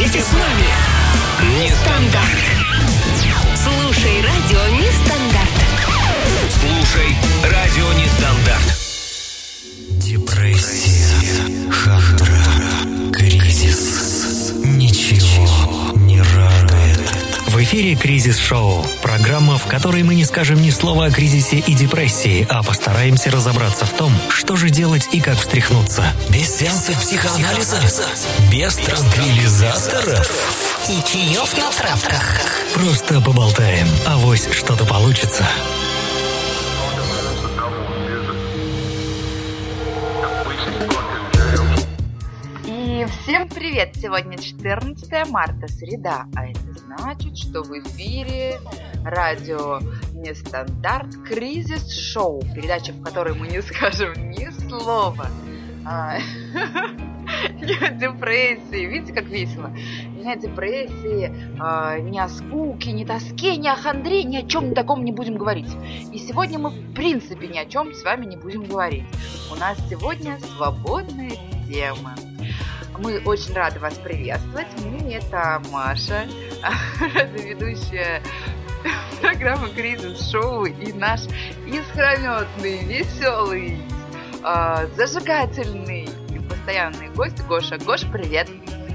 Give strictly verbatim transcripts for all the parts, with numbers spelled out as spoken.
Вместе с нами. Нестандарт. Слушай радио Нестандарт. Слушай радио Нестандарт. Депрессия, хандра, кризис. Ничего не радует. В эфире «Кризис-шоу». Программа, в которой мы не скажем ни слова о кризисе и депрессии, а постараемся разобраться в том, что же делать и как встряхнуться. Без сеансов психоанализа, без транквилизаторов И чаев на травках. Просто поболтаем, авось что-то получится. И всем привет! Сегодня четырнадцатое марта, среда, а это значит, что в эфире радио Нестандарт «Кризис-шоу», передача, в которой мы не скажем ни слова а, ни о депрессии. Видите, как весело? Ни о депрессии, а, ни о скуке, ни о тоске, ни о хандре, ни о чем таком не будем говорить. И сегодня мы в принципе ни о чем с вами не будем говорить. У нас сегодня свободная тема. Мы очень рады вас приветствовать. Мы – это Маша, радиоведущая программы «Кризис-шоу», и наш искрометный, веселый, э, зажигательный и постоянный гость Гоша. Гоша, привет!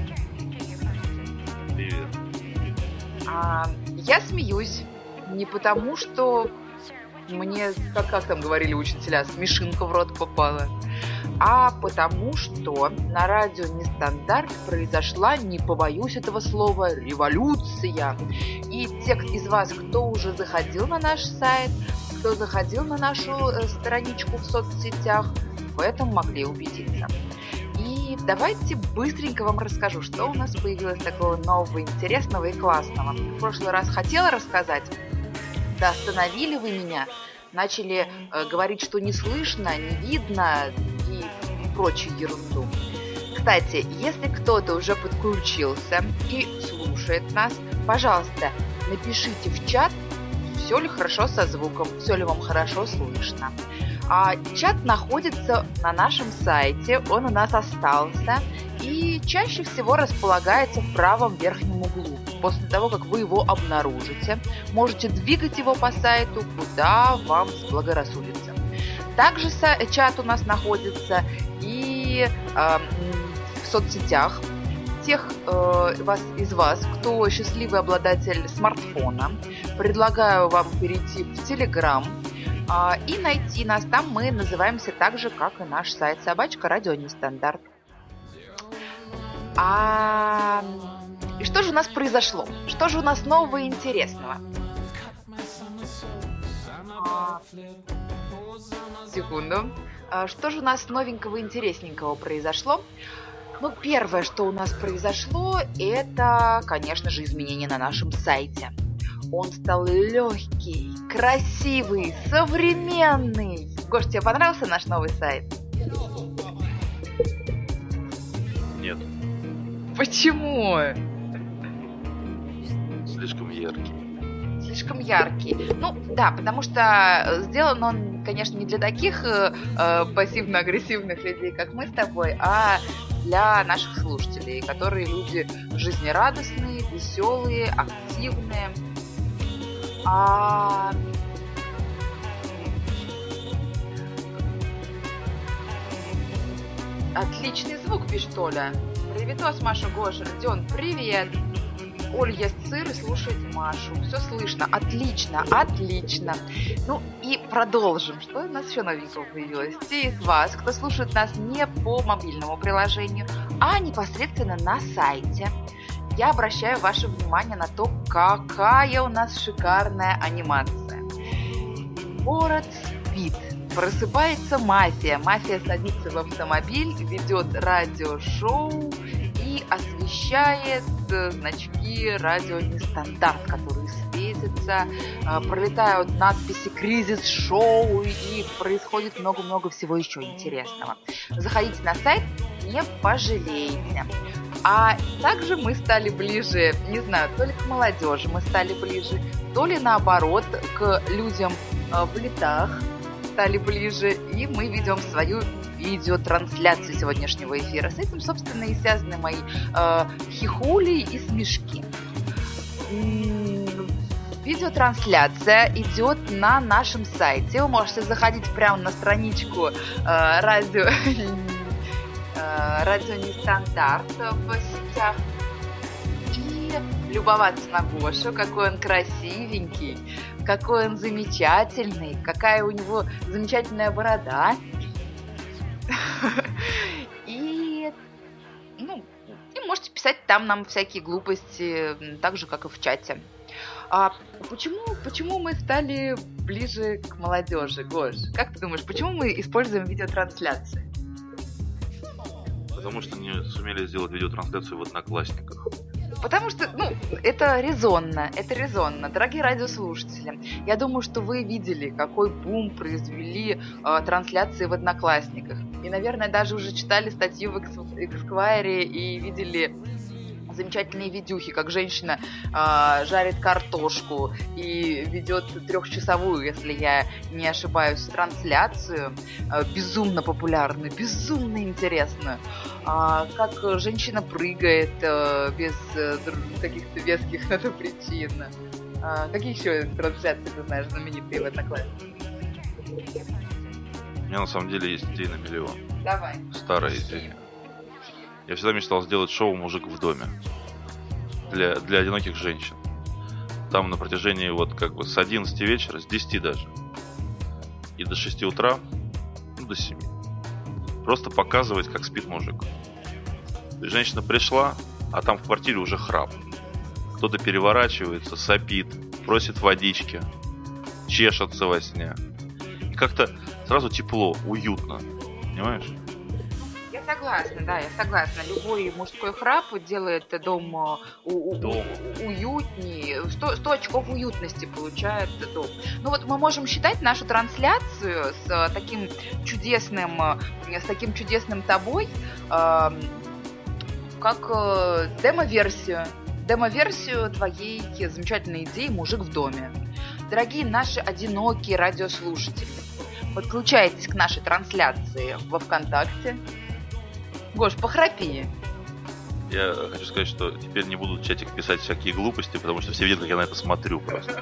Привет. А, я смеюсь не потому, что мне, как, как там говорили учителя, смешинка в рот попала, а потому что на радио Нестандарт произошла, не побоюсь этого слова, революция. И те из вас, кто уже заходил на наш сайт, кто заходил на нашу э, страничку в соцсетях, в этом могли убедиться. И давайте быстренько вам расскажу, что у нас появилось такого нового, интересного и классного. В прошлый раз хотела рассказать, да остановили вы меня, начали э, говорить, что не слышно, не видно и прочую ерунду. Кстати, если кто-то уже подключился и слушает нас, пожалуйста, напишите в чат, все ли хорошо со звуком, все ли вам хорошо слышно. А чат находится на нашем сайте, он у нас остался и чаще всего располагается в правом верхнем углу. После того, как вы его обнаружите, можете двигать его по сайту, куда вам заблагорассудится. Также чат у нас находится и э, в соцсетях. Тех э, вас, из вас, кто счастливый обладатель смартфона, предлагаю вам перейти в Телеграм э, и найти нас. Там мы называемся так же, как и наш сайт собачка радио Нестандарт. А... И что же у нас произошло? Что же у нас нового и интересного? А... Секунду. А что же у нас новенького и интересненького произошло? Ну, первое, что у нас произошло, это, конечно же, изменения на нашем сайте. Он стал легкий, красивый, современный. Гош, тебе понравился наш новый сайт? Нет. Почему? Слишком яркий. Слишком яркий. Ну, да, потому что сделан он, конечно, не для таких э, пассивно-агрессивных людей, как мы с тобой, а для наших слушателей, которые люди жизнерадостные, веселые, активные. А... Отличный звук, пишет Оля. Приветос, Маша, Гоша, Родион, привет. Оль ест сыр и слушает Машу. Все слышно. Отлично, отлично. Ну и продолжим. Что у нас еще новенького появилось? Те из вас, кто слушает нас не по мобильному приложению, а непосредственно на сайте, я обращаю ваше внимание на то, какая у нас шикарная анимация. Город спит. Просыпается мафия. Мафия садится в автомобиль, ведет радиошоу и освещает значки радио Нестандарт, которые светятся, пролетают надписи «Кризис-шоу» и происходит много-много всего еще интересного. Заходите на сайт, не пожалеете. А также мы стали ближе, не знаю, то ли к молодежи мы стали ближе, то ли наоборот, к людям в летах стали ближе, и мы ведем свою видеотрансляцию сегодняшнего эфира. С этим, собственно, и связаны мои э, хихули и смешки. Видеотрансляция идет на нашем сайте. Вы можете заходить прямо на страничку э, радио, э, радио Нестандарт в сетях и любоваться на Гошу, какой он красивенький, какой он замечательный, какая у него замечательная борода. И, ну, и можете писать там нам всякие глупости, так же, как и в чате. А почему, почему мы стали ближе к молодежи, Гош? Как ты думаешь, почему мы используем видеотрансляции? Потому что не сумели сделать видеотрансляцию в Одноклассниках. Потому что, ну, это резонно, это резонно. Дорогие радиослушатели, я думаю, что вы видели, какой бум произвели э, трансляции в Одноклассниках. И, наверное, даже уже читали статью в Esquire и видели замечательные видюхи, как женщина э, жарит картошку и ведет трехчасовую, если я не ошибаюсь, трансляцию, э, безумно популярную, безумно интересную. Э, как женщина прыгает э, без э, каких-то веских на то причин. Э, какие еще трансляции ты знаешь знаменитые в Одноклассниках? У меня на самом деле есть идея на миллион. Давай. Старая идея. Я всегда мечтал сделать шоу «Мужик в доме» для, для одиноких женщин. Там на протяжении вот как бы с одиннадцати вечера, с десяти даже, и до шести утра, ну до семи. Просто показывать, как спит мужик. То есть женщина пришла, а там в квартире уже храп. Кто-то переворачивается, сопит, просит водички, чешется во сне. И как-то сразу тепло, уютно. Понимаешь? Я согласна, да, я согласна. Любой мужской храп делает дом, у, у, дом. уютнее. сто, сто очков уютности получает дом. Ну вот мы можем считать нашу трансляцию с таким чудесным, с таким чудесным тобой, э, как э, демо-версию. Демо-версию твоей замечательной идеи «Мужик в доме». Дорогие наши одинокие радиослушатели, подключайтесь к нашей трансляции во ВКонтакте. Гош, похрапи. Я хочу сказать, что теперь не буду в чатик писать всякие глупости, потому что все видят, как я на это смотрю просто.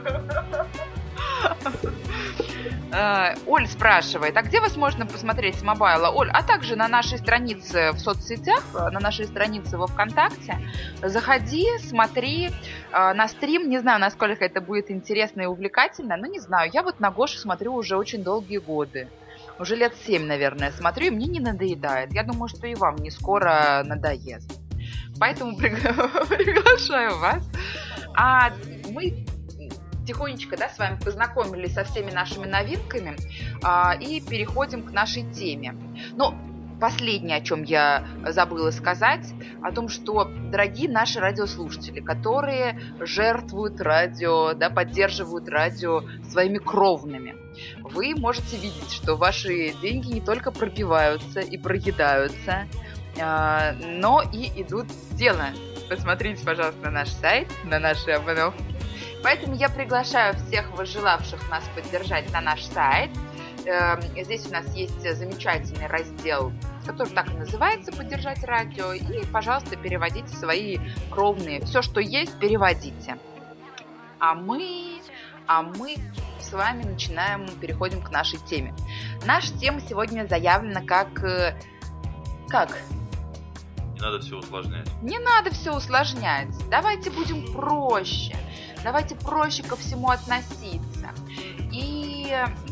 Оль спрашивает, а где возможно посмотреть с мобайла? Оль, а также на нашей странице в соцсетях, на нашей странице во ВКонтакте. Заходи, смотри на стрим. Не знаю, насколько это будет интересно и увлекательно, но не знаю. Я вот на Гошу смотрю уже очень долгие годы. Уже лет семь, наверное, смотрю, и мне не надоедает. Я думаю, что и вам не скоро надоест. Поэтому приглашаю вас. А мы тихонечко, да, с вами познакомились со всеми нашими новинками а, и переходим к нашей теме. Но последнее, о чем я забыла сказать, о том, что, дорогие наши радиослушатели, которые жертвуют радио, да, поддерживают радио своими кровными, вы можете видеть, что ваши деньги не только пропиваются и проедаются, а, но и идут в дело. Посмотрите, пожалуйста, на наш сайт, на наши обновки. Поэтому я приглашаю всех желавших нас поддержать на наш сайт. Здесь у нас есть замечательный раздел, который так и называется «Поддержать радио». И, пожалуйста, переводите свои кровные. Все, что есть, переводите. А мы, а мы с вами начинаем, переходим к нашей теме. Наша тема сегодня заявлена как... Как? Не надо все усложнять. Не надо все усложнять. Давайте будем проще. Давайте проще ко всему относиться. И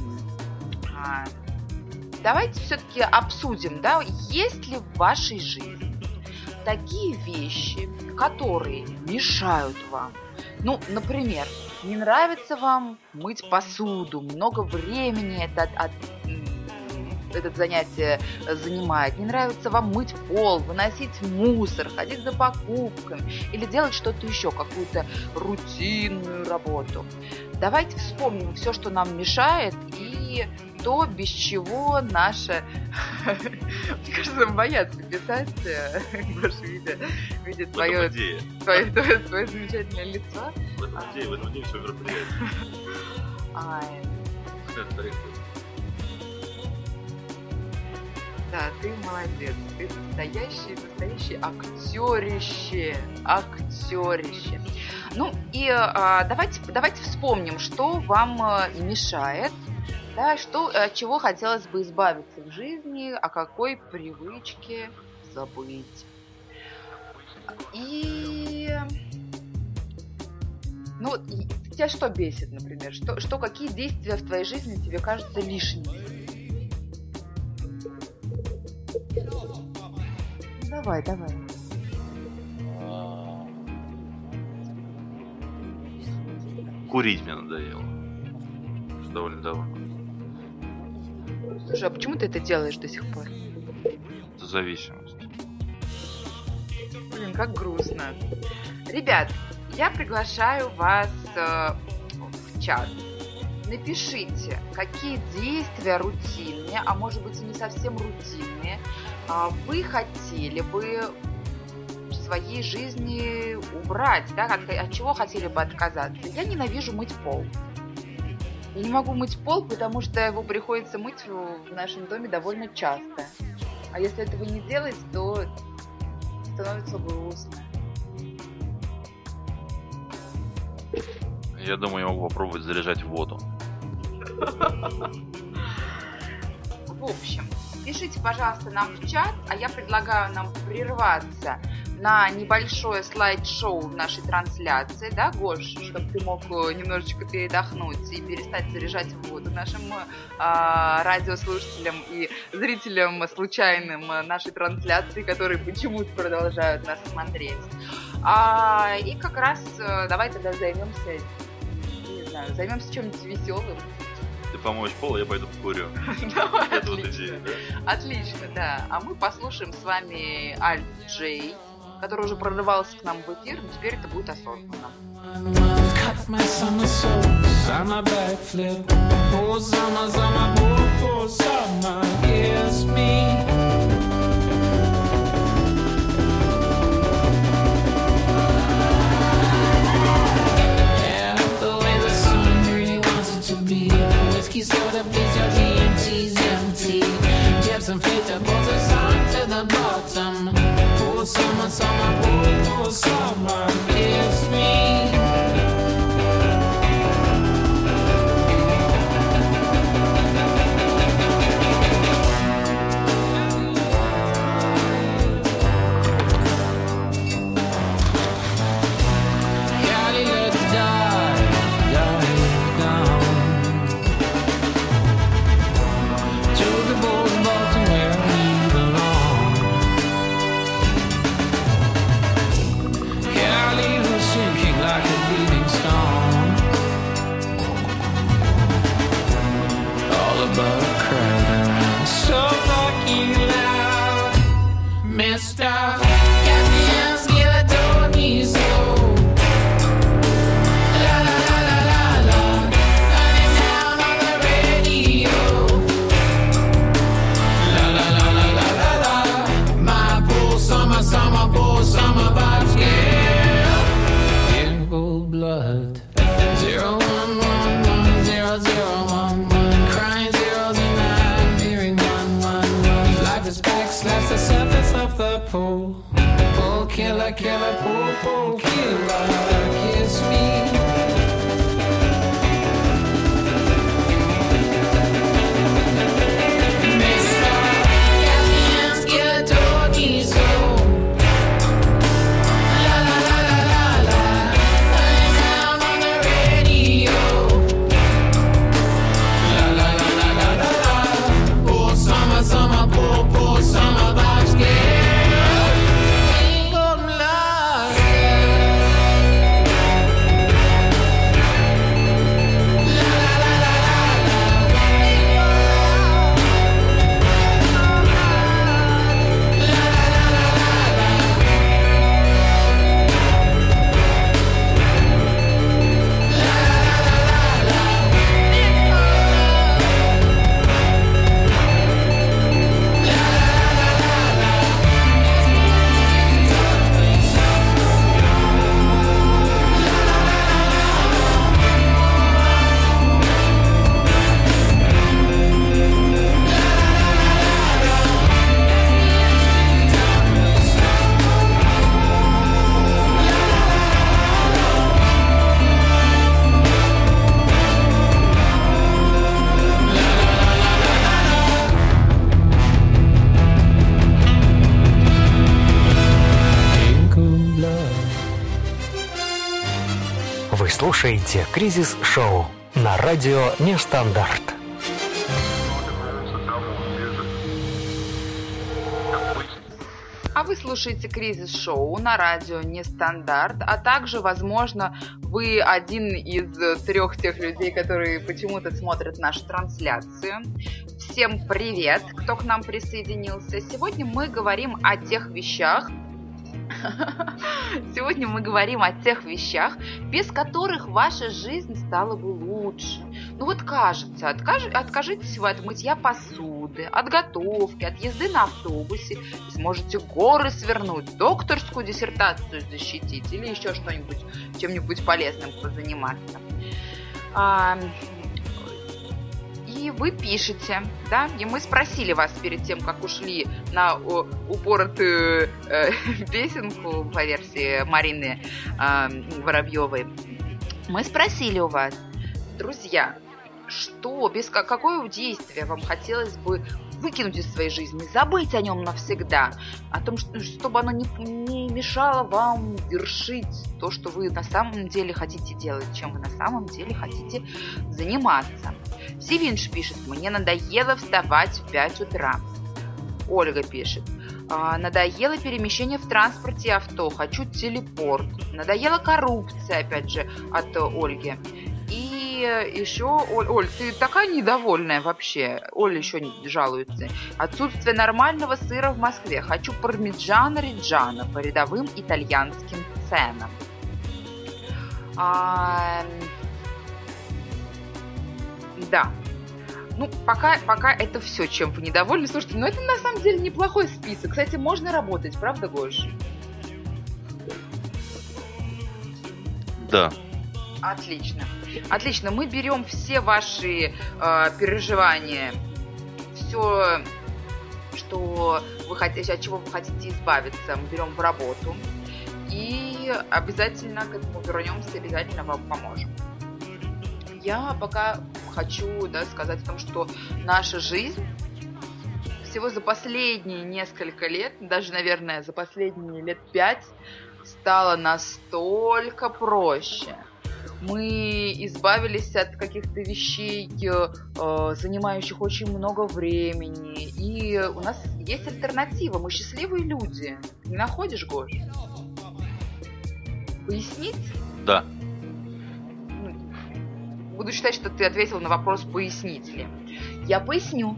а, давайте все-таки обсудим, да, есть ли в вашей жизни такие вещи, которые мешают вам. Ну, например, не нравится вам мыть посуду, много времени это от, от это занятие занимает. Не нравится вам мыть пол, выносить мусор, ходить за покупками или делать что-то еще, какую-то рутинную работу. Давайте вспомним все, что нам мешает, и то, без чего наша... Мне кажется, боятся писать, Гоша, видя, видя твое, твое, твое, твое замечательное лицо. В этом идее, в этом идее все мероприятие. Да, ты молодец. Ты настоящий, настоящий актерище. Актерище. Ну и а, давайте, давайте вспомним, что вам а, мешает, да, что, от чего хотелось бы избавиться в жизни, о какой привычке забыть. И... Ну, тебя что бесит, например? Что, что, какие действия в твоей жизни тебе кажутся лишними? Давай, давай. Курить мне надоело. Довольно давно. Слушай, а почему ты это делаешь до сих пор? Это зависимость. Блин, как грустно. Ребят, я приглашаю вас э, в чат. Напишите, какие действия рутинные, а может быть и не совсем рутинные, э, вы хотели бы в своей жизни убрать, да, от, от чего хотели бы отказаться. Я ненавижу мыть пол. Я не могу мыть пол, потому что его приходится мыть в нашем доме довольно часто. А если этого не делать, то становится грустно. Я думаю, я могу попробовать заряжать воду. В общем, пишите, пожалуйста, нам в чат, а я предлагаю нам прерваться на небольшое слайд-шоу в нашей трансляции, да, Гош, чтобы ты мог немножечко передохнуть и перестать заряжать воду нашим а, радиослушателям и зрителям случайным нашей трансляции, которые почему-то продолжают нас смотреть. А, и как раз давай тогда займемся, не знаю, займемся чем-нибудь веселым. Ты помоешь пол, а я пойду покурю. Давай, Это вот отлично. идея, да? Отлично, да. А мы послушаем с вами Альт Джей, который уже прорывался к нам в эфир, но теперь это будет осознанно. Whiskey soda, please, your D M T's empty. Jab some inflatables or sunk to the bottom. Pour summer, summer, pour, pour summer. Kiss me. Cali, let's die, die down. To the bulls, Bolton, where we belong. Cali was sinking like a bleeding stone. All above, crowded around, so fucking loud. Mister Cassian's adore me so. La la la la la la. Turning down on the radio. La la la la la la la. My pool summer, summer pool summer vibes, yeah. In cold blood. Zero one one one zero zero one one. Crying zeros and nine, hearing one one one. Life is back, slaps the surface of the pool. Pool killer, killer, pool, pool killer. Kiss me. Mister Cassian's adore me so. La la la la la la. Turning down on the radio. La la la la la la la. Pool summer, summer, pool, pool summer vibes, yeah. Ain't golden light. слушаете «Кризис-шоу» на радио «Нестандарт». А вы слушаете «Кризис-шоу» на радио «Нестандарт», а также, возможно, вы один из трех тех людей, которые почему-то смотрят нашу трансляцию. Всем привет, кто к нам присоединился. Сегодня мы говорим о тех вещах, Сегодня мы говорим о тех вещах, без которых ваша жизнь стала бы лучше. Ну вот кажется, откаж... откажитесь вы от мытья посуды, от готовки, от езды на автобусе, и сможете горы свернуть, докторскую диссертацию защитить или еще что-нибудь, чем-нибудь полезным позаниматься. А... И вы пишете, да, и мы спросили вас перед тем, как ушли на о, упоротую э, песенку по версии Марины э, Воробьевой. Мы спросили у вас, друзья, что, без какое действие вам хотелось бы выкинуть из своей жизни, забыть о нем навсегда, о том, что, чтобы оно не, не мешало вам вершить то, что вы на самом деле хотите делать, чем вы на самом деле хотите заниматься. Сивинш пишет: мне надоело вставать в пять утра. Ольга пишет: надоело перемещение в транспорте и авто, хочу телепорт. Надоела коррупция, опять же, от Ольги. И еще, Оль, Оль, ты такая недовольная вообще. Оля еще не жалуется. Отсутствие нормального сыра в Москве. Хочу пармиджано Риджано по рядовым итальянским ценам. А... Да. Ну, пока, пока это все, чем вы недовольны. Слушайте, ну это на самом деле неплохой список. Кстати, можно работать, правда, Гош? Да. Отлично. Отлично. Мы берем все ваши э, переживания, все, что вы хотите, от чего вы хотите избавиться, мы берем в работу. И обязательно к этому вернемся, обязательно вам поможем. Я пока хочу, да, сказать о том, что наша жизнь всего за последние несколько лет, даже, наверное, за последние лет пять, стала настолько проще. Мы избавились от каких-то вещей, э, занимающих очень много времени. И у нас есть альтернатива. Мы счастливые люди. Не находишь, Гош? Пояснить? Да. Буду считать, что ты ответил на вопрос «пояснить ли». Я поясню.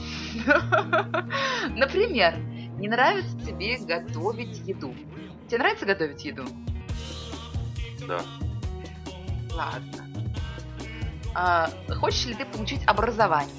Например, не нравится тебе готовить еду. Тебе нравится готовить еду? Да. Ладно. А, хочешь ли ты получить образование?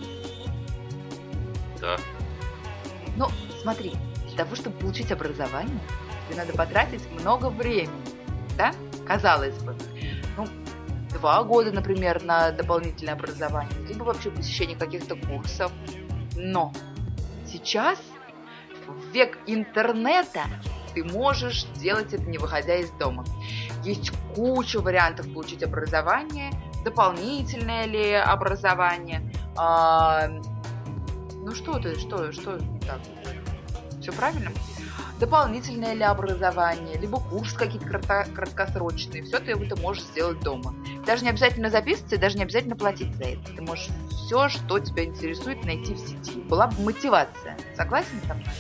Да. Ну, смотри, для того, чтобы получить образование, тебе надо потратить много времени, да? Казалось бы. Ну, два года, например, на дополнительное образование, либо вообще посещение каких-то курсов. Но сейчас, в век интернета, ты можешь делать это, не выходя из дома. Есть куча вариантов получить образование, дополнительное ли образование. А, ну что ты, что, что не так? Все правильно? Дополнительное ли образование, либо курс какие-то кратко, краткосрочные. Все ты это можешь сделать дома. Даже не обязательно записываться, даже не обязательно платить за это. Ты можешь все, что тебя интересует, найти в сети. Была бы мотивация. Согласен со мной?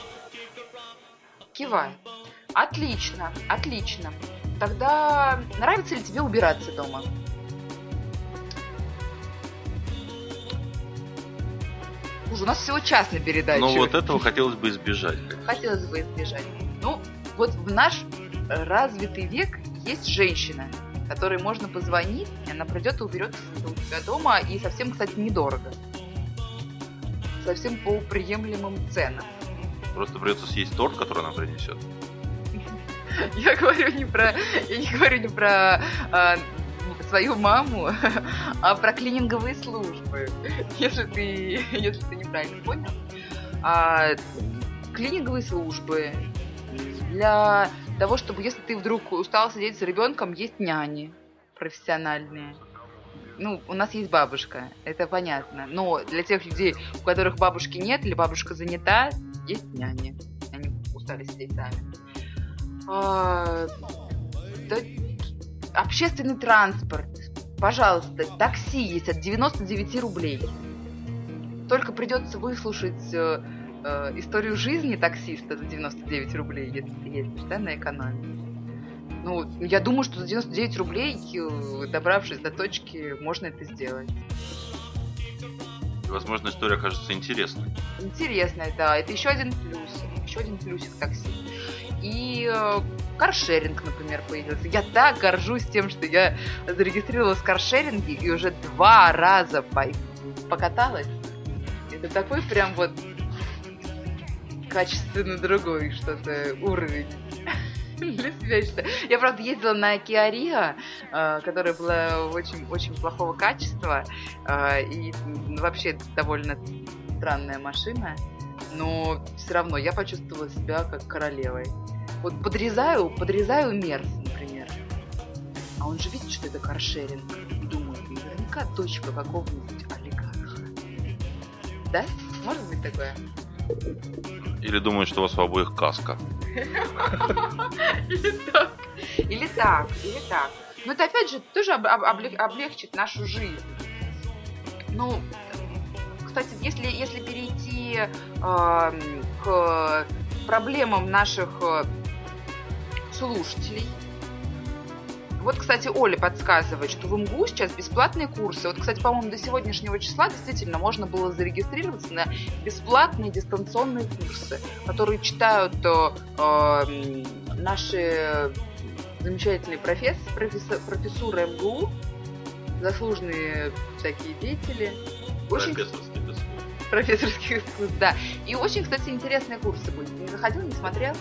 Кивай. Отлично, отлично. Тогда нравится ли тебе убираться дома? Уже у нас всего час на передачу. Ну вот этого хотелось бы избежать. Хотелось бы избежать. Ну, вот в наш развитый век есть женщина, которой можно позвонить, и она придет и уберет у тебя дома, и совсем, кстати, недорого. Совсем по приемлемым ценам. Просто придется съесть торт, который она принесет. Я говорю не про, я не говорю не про а, свою маму, а про клининговые службы. Если ты, если ты неправильно понял, а, клининговые службы для того, чтобы, если ты вдруг устал сидеть с ребенком, есть няни профессиональные. Ну, у нас есть бабушка, это понятно. Но для тех людей, у которых бабушки нет или бабушка занята, есть няни. Они устали сидеть сами. А, да, общественный транспорт, пожалуйста, такси есть от девяносто девять рублей. Только придется выслушать э, э, историю жизни таксиста за девяносто девять рублей, если ты едешь, да, на экономии. Ну, я думаю, что за девяносто девять рублей, э, добравшись до точки, можно это сделать. Возможно, история окажется интересной. Интересная, да. Это еще один плюс. Еще один плюсик такси. И э, каршеринг, например, появился. Я так горжусь тем, что я зарегистрировалась в каршеринге и уже два раза по- покаталась. Это такой прям вот качественно другой что-то уровень. Для себя считаю. Я, правда, ездила на Kia Rio, э, которая была очень-очень плохого качества. Э, и вообще довольно странная машина. Но все равно я почувствовала себя как королевой. Вот подрезаю, подрезаю Мерс, например. А он же видит, что это каршеринг. И думает, наверняка дочка какого-нибудь олигарха. Да? Может быть такое? Или думают, что у вас в обоих каска. Или так. Или так, или так. Но это опять же тоже об- об- облег- облегчит нашу жизнь. Ну, кстати, если, если перейти э, к проблемам наших э, слушателей. Вот, кстати, Оля подсказывает, что в МГУ сейчас бесплатные курсы. Вот, кстати, по-моему, до сегодняшнего числа действительно можно было зарегистрироваться на бесплатные дистанционные курсы, которые читают э, э, наши замечательные профессор, профессор, профессуры МГУ, заслуженные всякие деятели. Очень... Профессорских искусств. Профессорских искусств, да. И очень, кстати, интересные курсы были. Ты не заходил, не смотрел?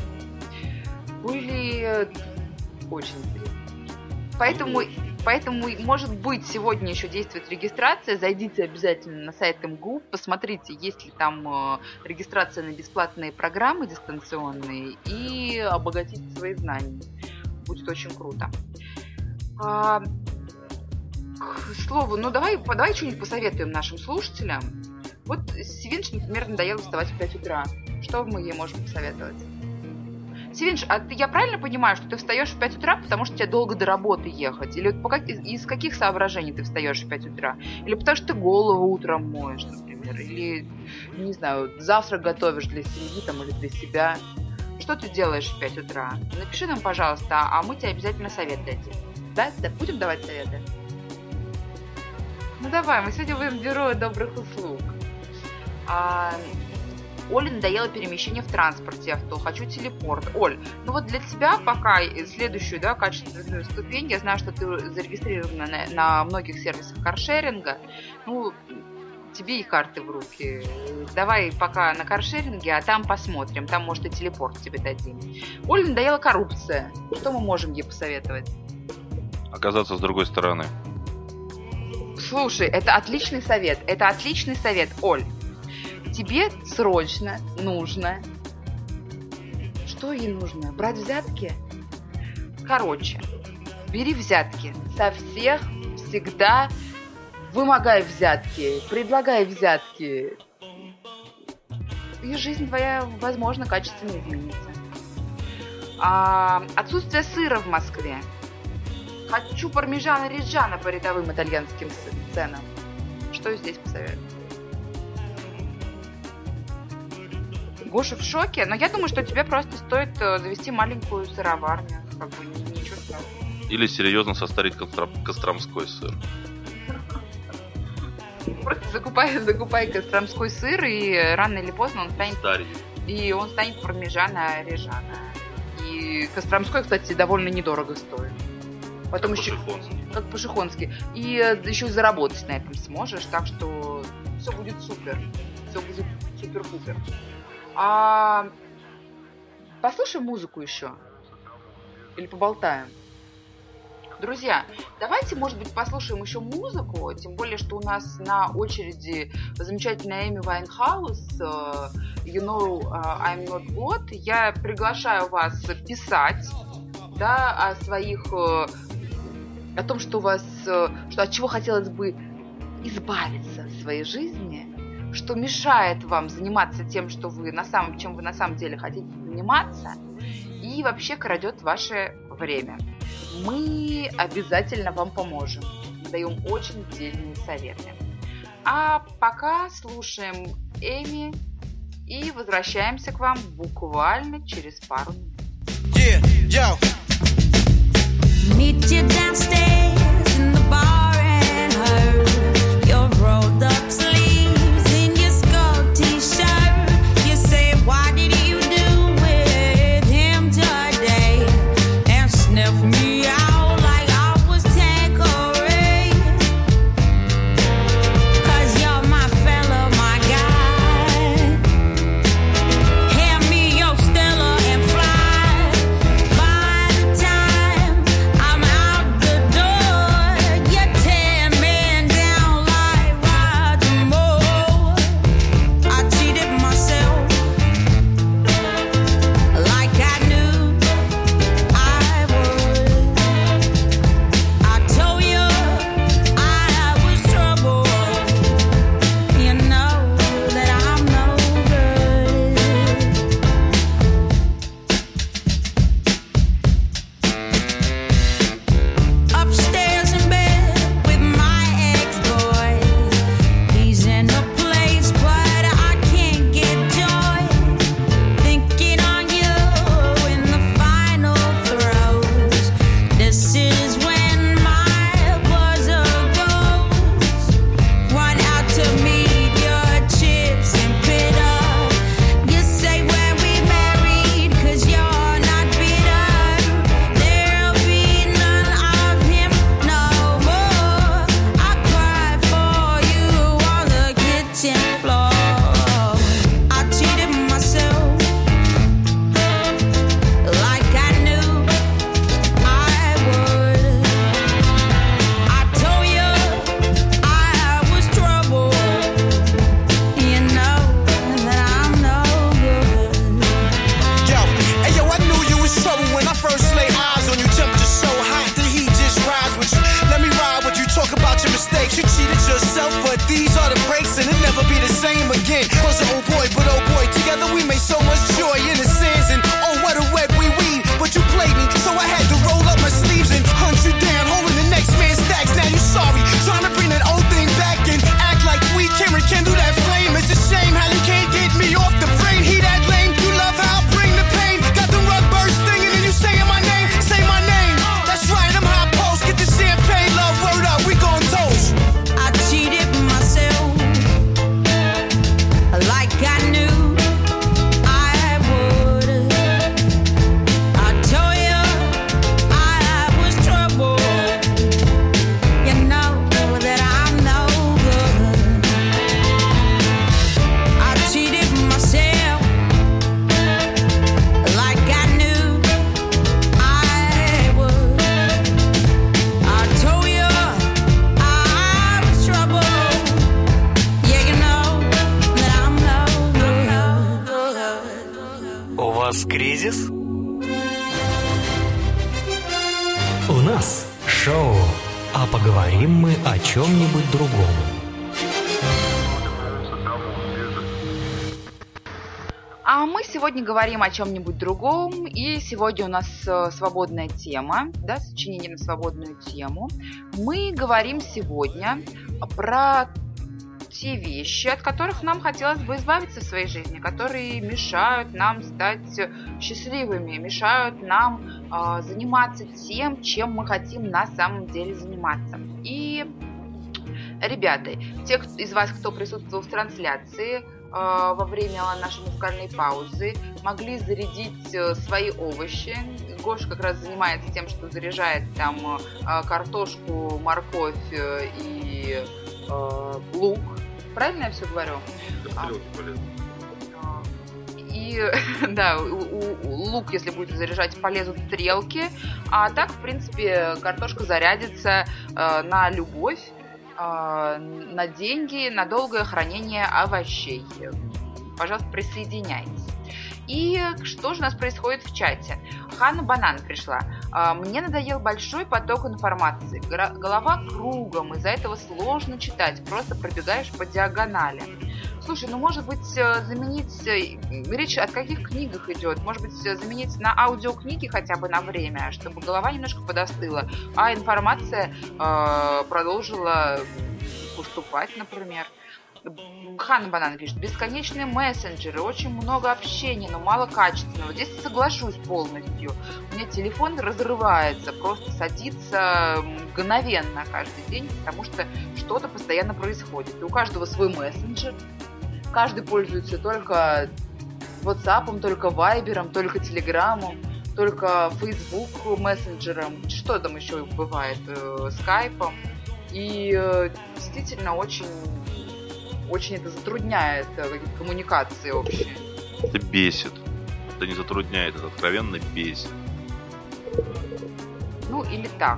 Были очень интересные. Поэтому, поэтому, может быть, сегодня еще действует регистрация. Зайдите обязательно на сайт МГУ, посмотрите, есть ли там э, регистрация на бесплатные программы дистанционные, и обогатите свои знания. Будет очень круто. А, к слову, ну давай, давай что-нибудь посоветуем нашим слушателям. Вот Севинч, например, надоело вставать в пять утра. Что мы ей можем посоветовать? Севинч, а ты, я правильно понимаю, что ты встаешь в пять утра, потому что тебе долго до работы ехать? Или по как, из каких соображений ты встаешь в пять утра? Или потому что ты голову утром моешь, например? Или, не знаю, завтрак готовишь для семьи там, или для себя? Что ты делаешь в пять утра? Напиши нам, пожалуйста, а мы тебе обязательно совет дадим. Да? Да? Будем давать советы? Ну давай, мы сегодня будем герои добрых услуг. А... Оле надоело перемещение в транспорте, авто, хочу телепорт. Оль, ну вот для тебя пока следующую, да, качественную ступень, я знаю, что ты зарегистрирована на, на многих сервисах каршеринга, ну, тебе и карты в руки. Давай пока на каршеринге, а там посмотрим, там, может, и телепорт тебе дадим. Оле надоела коррупция, что мы можем ей посоветовать? Оказаться с другой стороны. Слушай, это отличный совет, это отличный совет, Оль. Тебе срочно нужно... Что ей нужно? Брать взятки? Короче, бери взятки. Со всех всегда вымогай взятки, предлагай взятки. И жизнь твоя, возможно, качественно изменится. А, отсутствие сыра в Москве. Хочу пармиджано риджано по рядовым итальянским ценам. Что здесь посоветую? Гоша в шоке, но я думаю, что тебе просто стоит завести маленькую сыроварню, как бы ничего страшного. Или серьезно состарить костро- костромской сыр. Просто закупай, закупай костромской сыр, и рано или поздно он станет... Старить. И он станет пармиджано-рижано. И костромской, кстати, довольно недорого стоит. Потом Как еще... по-шихонски. Как по-шихонски. И еще заработать на этом сможешь, так что все будет супер. Все будет супер-пупер. А послушаем музыку еще. Или поболтаем. Друзья, давайте, может быть, послушаем еще музыку. Тем более, что у нас на очереди замечательная Эми Вайнхаус. You know, I'm not God. Я приглашаю вас писать, да, о своих... О том, что у вас... Что, от чего хотелось бы избавиться в своей жизни, что мешает вам заниматься тем, что вы на самом, чем вы на самом деле хотите заниматься, и вообще крадет ваше время. мы обязательно вам поможем. Даем очень дельные советы. А пока слушаем Эми и возвращаемся к вам буквально через пару минут. Yeah, yo. Meet you downstairs in the bar and her your rolled up sleeves in your skull t-shirt. You say, why did you do with him today? And sniff me out like I was Tanqueray. 'Cause you're my fella, my guy. Hand me your Stella and fly. By the time I'm out the door, you're tear men down like Roger Moore. I cheated myself like I knew I would. I told you I was trouble. You know that I'm no good. Upstairs in bed with my ex-boy. He's in a place, but I can't get joy. Thinking on you in the final throes. This is when my buzzer goes. Run out to meet your chips and pit up. You say when we married, 'cause you're not bitter. There'll be none of him no more. I cried for you on the kitchen floor. I cheated myself like I knew I would. I told you I was trouble. You know that I'm no good. Yo, hey yo, I knew you was trouble when I first laid eyes on you. Temperature so hot, the heat just rise with you. Let me ride with you, talk about your mistakes. You cheated yourself, but these are the breaks, and it never be the same again. Was an old boy, but oh boy, together we made so much joy in the sands, and oh what a web we weave. But you played me, so I had to roll up my sleeves and hunt you down, holding the next man's stacks. Now you sorry, trying to bring that old thing back and act like we can rekindle that flame. It's a shame how you can't get me off the brain. He that lame, you love how I bring the pain. Got the rug burst stinging and you saying my name, say my name. That's right, I'm high post, get the champagne, love, word up, we gon' toast. I cheated myself like I knew I would. I told you I was trouble. You know that I'm no good. I cheated myself like I knew I would. I told you I was trouble. Yeah, you know that I'm no good. У вас кризис? У нас шоу, а поговорим мы о чем-нибудь другом. А мы сегодня говорим о чем-нибудь другом, и сегодня у нас э, свободная тема, да, сочинение на свободную тему. Мы говорим сегодня про те вещи, от которых нам хотелось бы избавиться в своей жизни, которые мешают нам стать счастливыми, мешают нам э, заниматься тем, чем мы хотим на самом деле заниматься. И, ребята, те из вас, кто присутствовал в трансляции во время нашей музыкальной паузы, могли зарядить свои овощи. Гоша как раз занимается тем, что заряжает там картошку, морковь и э, лук. Правильно я все говорю? И да, у, у, лук, если будете заряжать, полезут стрелки. А так, в принципе, картошка зарядится э, на любовь, на деньги, на долгое хранение овощей. Пожалуйста, присоединяйтесь. И что же у нас происходит в чате? Ханна Банан пришла. Мне надоел большой поток информации. Голова кругом, из-за этого сложно читать. Просто пробегаешь по диагонали. Слушай, ну может быть э, заменить, э, речь о каких книгах идет? Может быть э, заменить на аудиокниги хотя бы на время, чтобы голова немножко подостыла, а информация э, продолжила поступать, например. Ханна Банан пишет: бесконечные мессенджеры, очень много общения, но мало качественного. Здесь соглашусь полностью. У меня телефон разрывается, просто садится мгновенно каждый день, потому что что-то постоянно происходит. И у каждого свой мессенджер. Каждый пользуется только WhatsApp, только Viber, только Telegram, только Facebook мессенджером. Что там еще бывает? Скайпом. И действительно очень... Очень это затрудняет коммуникации общие. Это бесит. Это не затрудняет, это откровенно бесит. Ну, или так.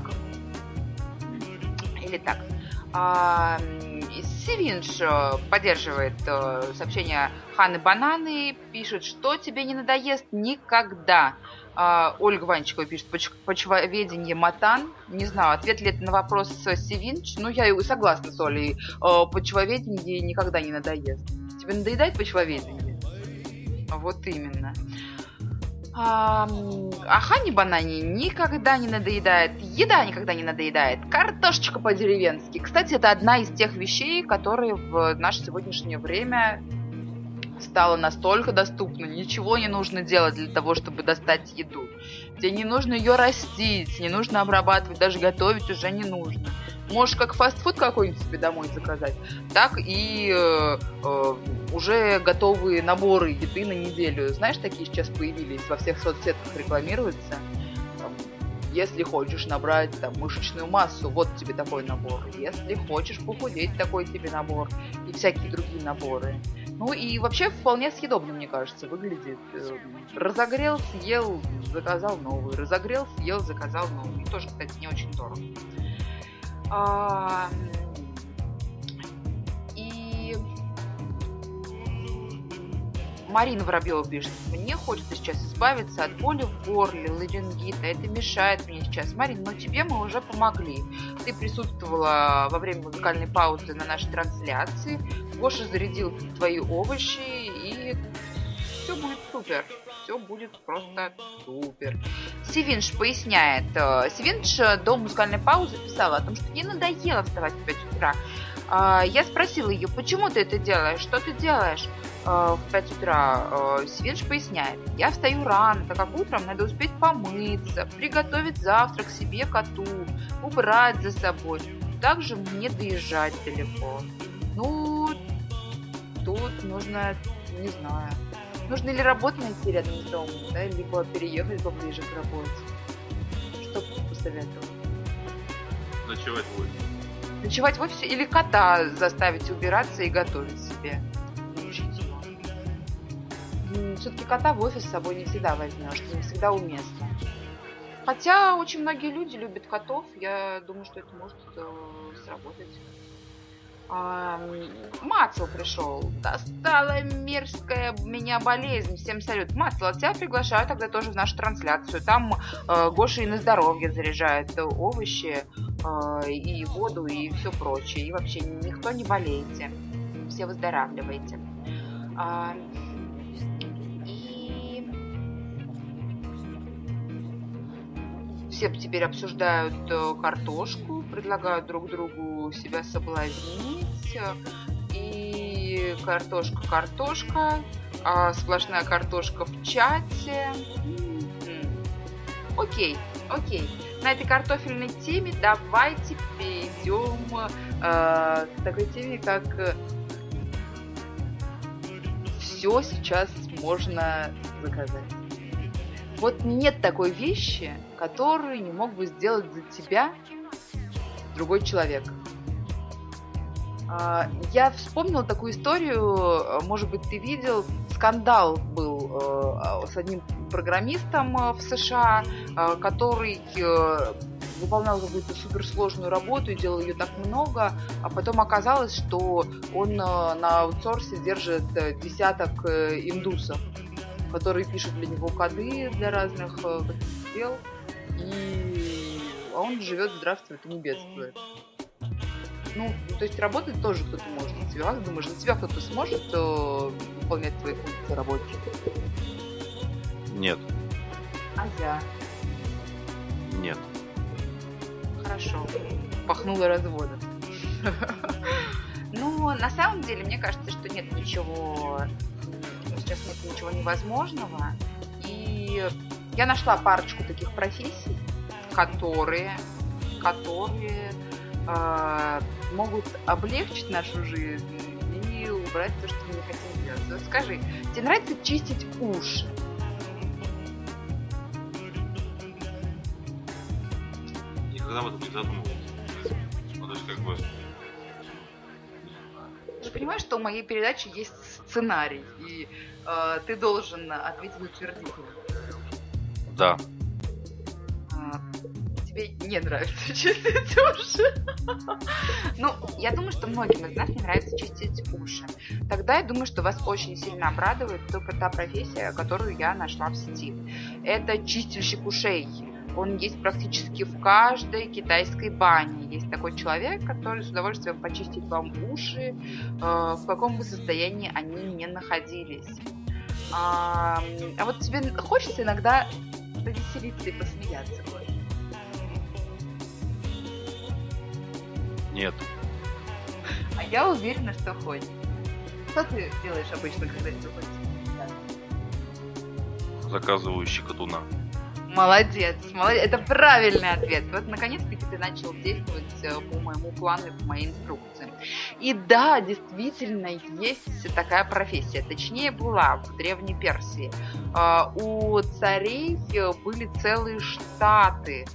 Или так. А, Сивинш поддерживает сообщение Ханны Бананы, пишет, что тебе не надоест никогда. А, Ольга Ванчикова пишет: почвоведение матан. Не знаю, ответ ли это на вопрос Сивинч. Ну, я и согласна с Олей. Почвоведение никогда не надоест. Тебе надоедает почвоведение? Вот именно. А, а Ханне Банане никогда не надоедает. Еда никогда не надоедает. Картошечка по-деревенски. Кстати, это одна из тех вещей, которые в наше сегодняшнее время стало настолько доступно. Ничего не нужно делать для того, чтобы достать еду. Тебе не нужно ее растить, не нужно обрабатывать, даже готовить уже не нужно. Можешь как фастфуд какой-нибудь себе домой заказать, так и э, э, уже готовые наборы еды на неделю. Знаешь, такие сейчас появились, во всех соцсетях рекламируются. Там, если хочешь набрать там мышечную массу, вот тебе такой набор. Если хочешь похудеть, такой тебе набор. И всякие другие наборы. Ну и вообще вполне съедобно, мне кажется, выглядит. Разогрел, съел, заказал новый. Разогрел, съел, заказал новый. И тоже, кстати, не очень дорого. А, и Марина Воробьева пишет: мне хочется сейчас избавиться от боли в горле, ларингита. Это мешает мне сейчас. Марина, но тебе мы уже помогли. Ты присутствовала во время музыкальной паузы на нашей трансляции. Гоша зарядил твои овощи, и все будет супер. Все будет просто супер. Сивинш поясняет. Сивинш до музыкальной паузы писала о том, что ей надоело вставать в пять утра. Я спросила ее: почему ты это делаешь? Что ты делаешь в пять утра? Сивинш поясняет: я встаю рано, так как утром надо успеть помыться, приготовить завтрак себе, коту, убрать за собой. Также мне доезжать далеко. Ну, тут нужно, не знаю, нужно или работу найти рядом с домом, да, либо переехать поближе к работе. Что посоветовал? Ночевать в офисе. Ночевать в офисе или кота заставить убираться и готовить себе. Мучительно. Все-таки кота в офис с собой не всегда возьмешь, не всегда уместно. Хотя очень многие люди любят котов, я думаю, что это может э, сработать. А, Мацел пришел. Достала мерзкая меня болезнь. Всем салют. Мацел, а тебя приглашаю тогда тоже в нашу трансляцию. Там э, Гоша и на здоровье заряжает овощи, э, и воду, и все прочее. И вообще никто не болейте. Все выздоравливайте. А, и все теперь обсуждают картошку, предлагают друг другу себя соблазнить. И картошка, картошка, а сплошная картошка в чате. М-м-м. Окей, окей. На этой картофельной теме давайте перейдем э, к такой теме, как все сейчас можно заказать. Вот нет такой вещи, которую не мог бы сделать за тебя другой человек. Я вспомнила такую историю, может быть, ты видел, скандал был с одним программистом в США, который выполнял какую-то суперсложную работу и делал ее так много, а потом оказалось, что он на аутсорсе держит десяток индусов, которые пишут для него коды для разных дел, и он живет, здравствует и не бедствует. Ну, то есть работать тоже кто-то может на тебя. Как думаешь, за тебя кто-то сможет э, выполнять твои функции рабочие? Нет, А я? нет. Хорошо. Пахнуло разводом. Ну, на самом деле, мне кажется, что нет ничего, сейчас нет ничего невозможного. И я нашла парочку таких профессий, которые, которые э, могут облегчить нашу жизнь и убрать то, что мы не хотим делать. Вот скажи, тебе нравится чистить уши? Никогда об этом не задумывался. Ну, то есть, как бы... Ты понимаешь, что у моей передачи есть сценарий, и э, ты должен ответить утвердительно. Да. А, тебе не нравится чистить уши? Ну, я думаю, что многим из нас не нравится чистить уши. Тогда я думаю, что вас очень сильно обрадует только та профессия, которую я нашла в сети. Это чистильщик ушей. Он есть практически в каждой китайской бане. Есть такой человек, который с удовольствием почистит вам уши, э, в каком бы состоянии они ни находились. А, а вот тебе хочется иногда повеселиться и посмеяться? Нет. А я уверена, что хочешь. Что ты делаешь обычно, когда тебе хочется посмеяться? Заказываю щекотуна. Молодец, молодец, это правильный ответ. Вот наконец-таки ты начал действовать по моему плану и по моей инструкции. И да, действительно есть такая профессия, точнее была в Древней Персии. У царей были целые штаты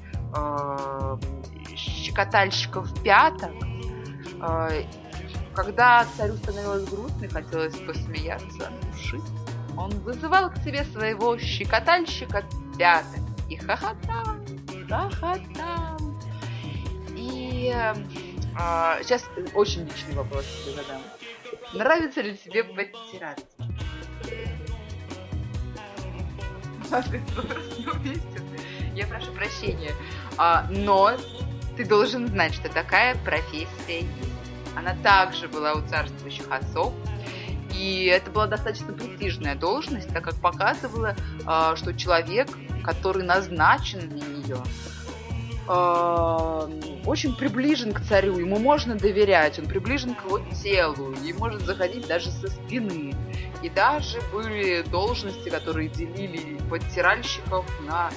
щекотальщиков пяток. Когда царю становилось грустно и хотелось посмеяться от души, он вызывал к себе своего щекотальщика пяток. И хохотал, хохотал. И а, сейчас очень личный вопрос тебе задам. Нравится ли тебе подтираться? Я прошу прощения. А, но ты должен знать, что такая профессия есть. Она также была у царствующих особ. И это была достаточно престижная должность, так как показывала, что человек, который назначен на нее, очень приближен к царю, ему можно доверять, он приближен к его телу, и может заходить даже со спины. И даже были должности, которые делили подтиральщиков на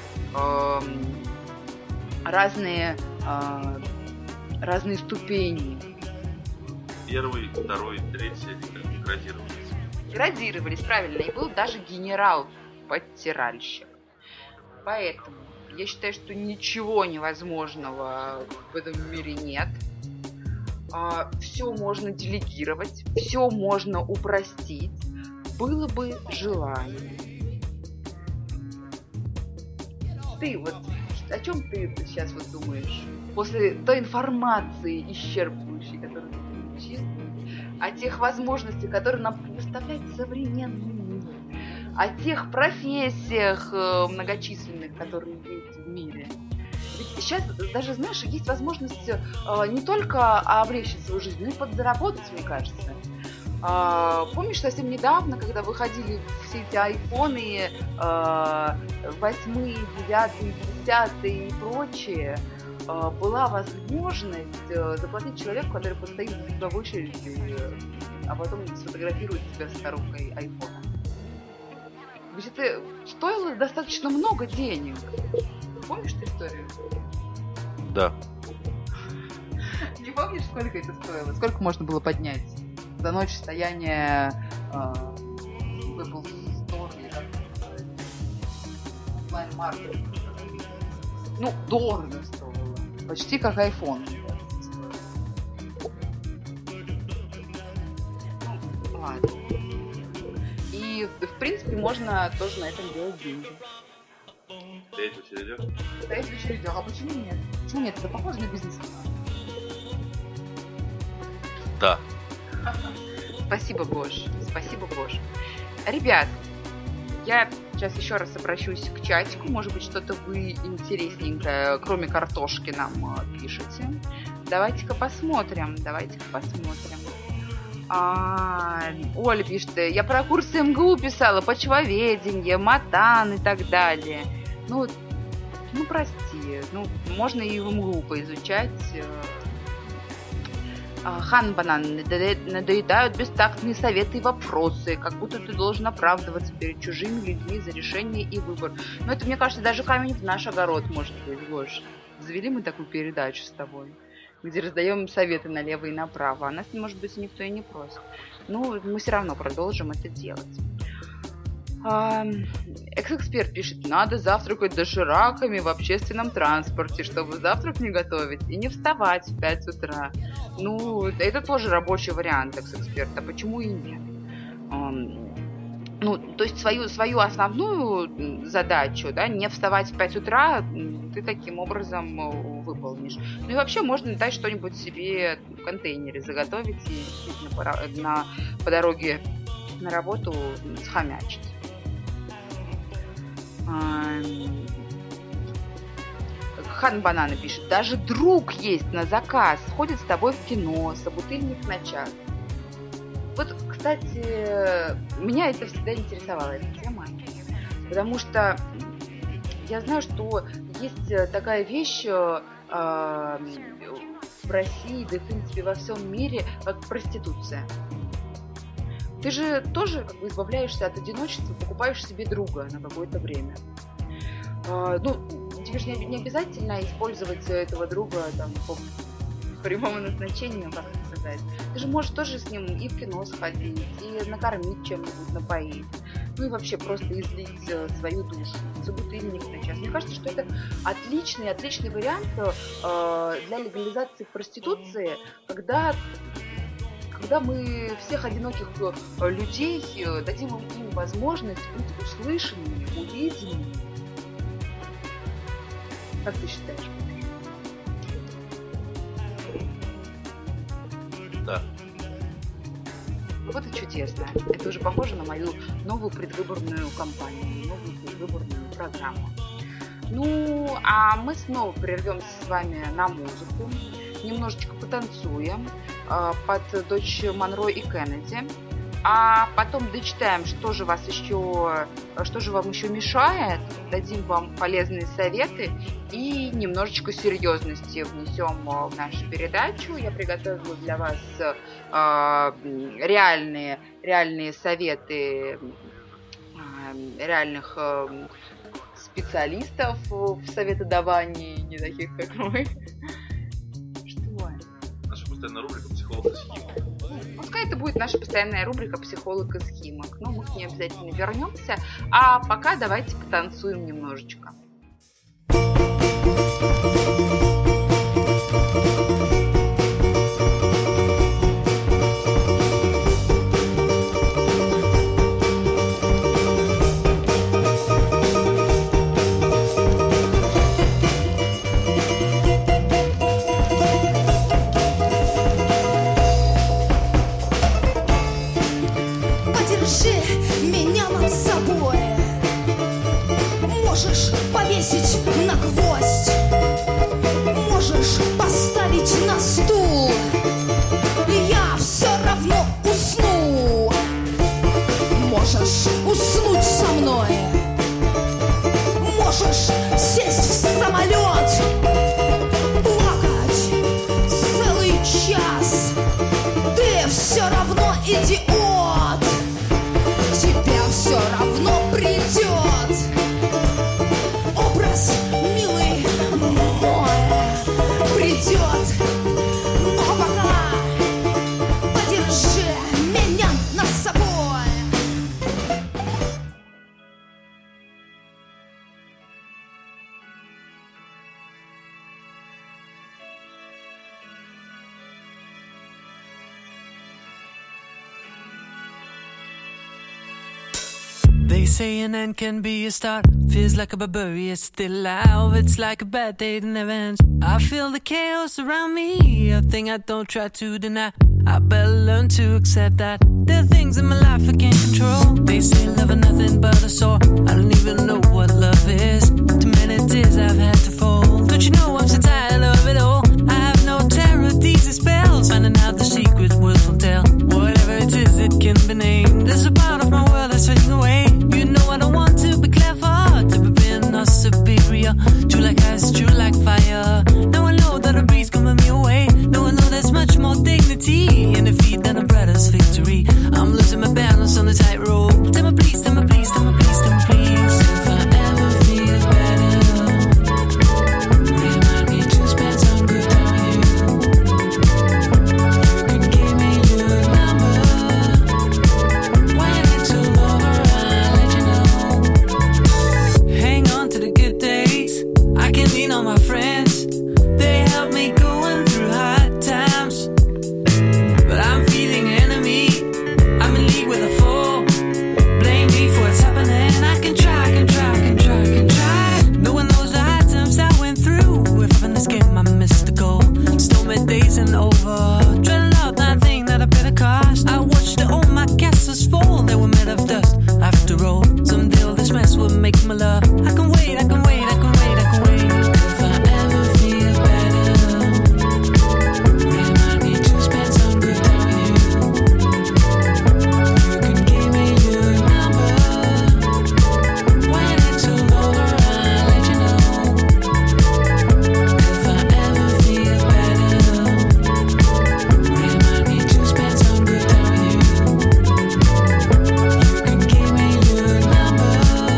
разные, разные ступени. Первый, второй, третий, они градировались. Градировались, правильно. И был даже генерал-подтиральщик. Поэтому я считаю, что ничего невозможного в этом мире нет. Все можно делегировать, все можно упростить. Было бы желание. Ты вот, о чем ты сейчас вот думаешь? После той информации исчерпывающей, которую ты получил, о тех возможностях, которые нам предоставляет современный мир, о тех профессиях э, многочисленных, которые есть в мире. Ведь сейчас даже, знаешь, есть возможность э, не только облегчить свою жизнь, но и подзаработать, мне кажется. Э, помнишь, совсем недавно, когда выходили все эти айфоны, э, восьмые, девятые, десятые и прочее, э, была возможность э, заплатить человеку, который постоит за тебя в очереди, э, а потом сфотографирует тебя с коробкой айфона. Ведь это стоило достаточно много денег. Помнишь эту историю? Да. Не помнишь, сколько это стоило? Сколько можно было поднять? За ночь стояния э, в Apple Store или как это называется? Онлайн-маркет. Ну, дорого стоило. Почти как iPhone. Ну, ладно. И, в принципе, можно тоже на этом делать деньги. Стоять в очередях? Стоять в очередях. А почему нет? Почему нет? Это похоже на бизнес. Да. Спасибо, Гош. Спасибо, Гош. Ребят, Я сейчас еще раз обращусь к чатику. Может быть, что-то вы интересненькое, кроме картошки, нам э, пишете. Давайте-ка посмотрим. Давайте-ка посмотрим. А, Оля пишет, я про курсы эм гэ у писала, почвоведение, матан и так далее. Ну, ну прости, ну, можно и в эм гэ у поизучать. Хан Банан, надоедают бестактные советы и вопросы, как будто ты должен оправдываться перед чужими людьми за решение и выбор. Но это, мне кажется, даже камень в наш огород может быть, Гош. Завели мы такую передачу с тобой, где раздаем советы налево и направо, а нас, может быть, никто и не просит. Ну, мы все равно продолжим это делать. А, экс-эксперт пишет, надо завтракать дошираками в общественном транспорте, чтобы завтрак не готовить и не вставать в пять утра. Ну, это тоже рабочий вариант, экс-эксперт, а почему и нет? А, ну, то есть свою, свою основную задачу, да, не вставать в пять утра, ты таким образом выполнишь. Ну и вообще можно дать что-нибудь себе в контейнере заготовить и на, на, по дороге на работу схомячить. Хан Банана пишет, даже друг есть на заказ, ходит с тобой в кино, собутыльник на час. Вот, кстати, меня это всегда интересовала, эта тема, потому что я знаю, что есть такая вещь э, в России, да и в принципе во всем мире, как проституция. Ты же тоже как бы избавляешься от одиночества, покупаешь себе друга на какое-то время. А, ну, тебе же не, не обязательно использовать этого друга там, по прямому назначению, как это сказать. Ты же можешь тоже с ним и в кино сходить, и накормить чем-нибудь, напоить. Ну и вообще просто излить свою душу. Собутыльник на час. Мне кажется, что это отличный, отличный вариант э, для легализации проституции, когда... когда мы всех одиноких людей дадим им возможность быть услышанными, увиденными. Как ты считаешь? Да. Вот и чудесно. Это уже похоже на мою новую предвыборную кампанию, новую предвыборную программу. Ну, а мы снова прервемся с вами на музыку. Немножечко потанцуем э, под дочь Монро и Кеннеди, а потом дочитаем, что же вас еще, что же вам еще мешает, дадим вам полезные советы и немножечко серьезности внесем в нашу передачу. Я приготовила для вас э, реальные, реальные советы э, реальных э, специалистов в советодавании, не таких, как мы. Наша постоянная рубрика «Психолог из Химок». Пускай это будет наша постоянная рубрика «Психолог из Химок». Но мы к ней обязательно вернемся. А пока давайте потанцуем немножечко. Повесить на гвоздь, можешь поставить на стул, я все равно усну. Можешь уснуть со мной, можешь сесть в самолет, плакать целый час, ты все равно идиот, тебе все равно придет. Милый мой, придет, но пока подержи меня над собой. They say an end can be a start. Feels like a barbarian still alive. It's like a bad day that never ends. I feel the chaos around me, a thing I don't try to deny. I better learn to accept that there are things in my life I can't control. They say love is nothing but a sore. I don't even know what love is. Too many tears I've had to fold. Don't you know I'm so tired of it all? I have no terror, these are spells. Finding out the secret words won't tell. Whatever it is, it can be named. There's a part of my world that's fading away. You know I don't want to be clever, to be being or superior. True like ice, true like fire. Now I know that a breeze can move me away. Now I know there's much more dignity in defeat than a brother's victory. I'm losing my balance on the tightrope. Tell me please, tell me please, tell me please, tell me please. If I ever feel better, remind me to spend some good time with you. You can give me your number. When it's all over, I'll let you know. Hang on to the good days. I can lean on my friends. They help me going through hard times. But I'm feeling enemy. I'm in league with a foe. Blame me for what's happening. I can try, can try, can try, can try. Knowing those hard times I went through. If in this game I missed the goal. Stormy days and over. Dreading out that thing that I paid a cost. I watched all my castles fall. They were made of dust. After all, someday all this mess will make my love. I can wait, I can wait, I can wait, I can wait. If I ever feel better, remind me to spend some good time with you. You can give me your number. When it's all over, I'll let you know. If I ever feel better, remind me to spend some good time with you. You can give me your number.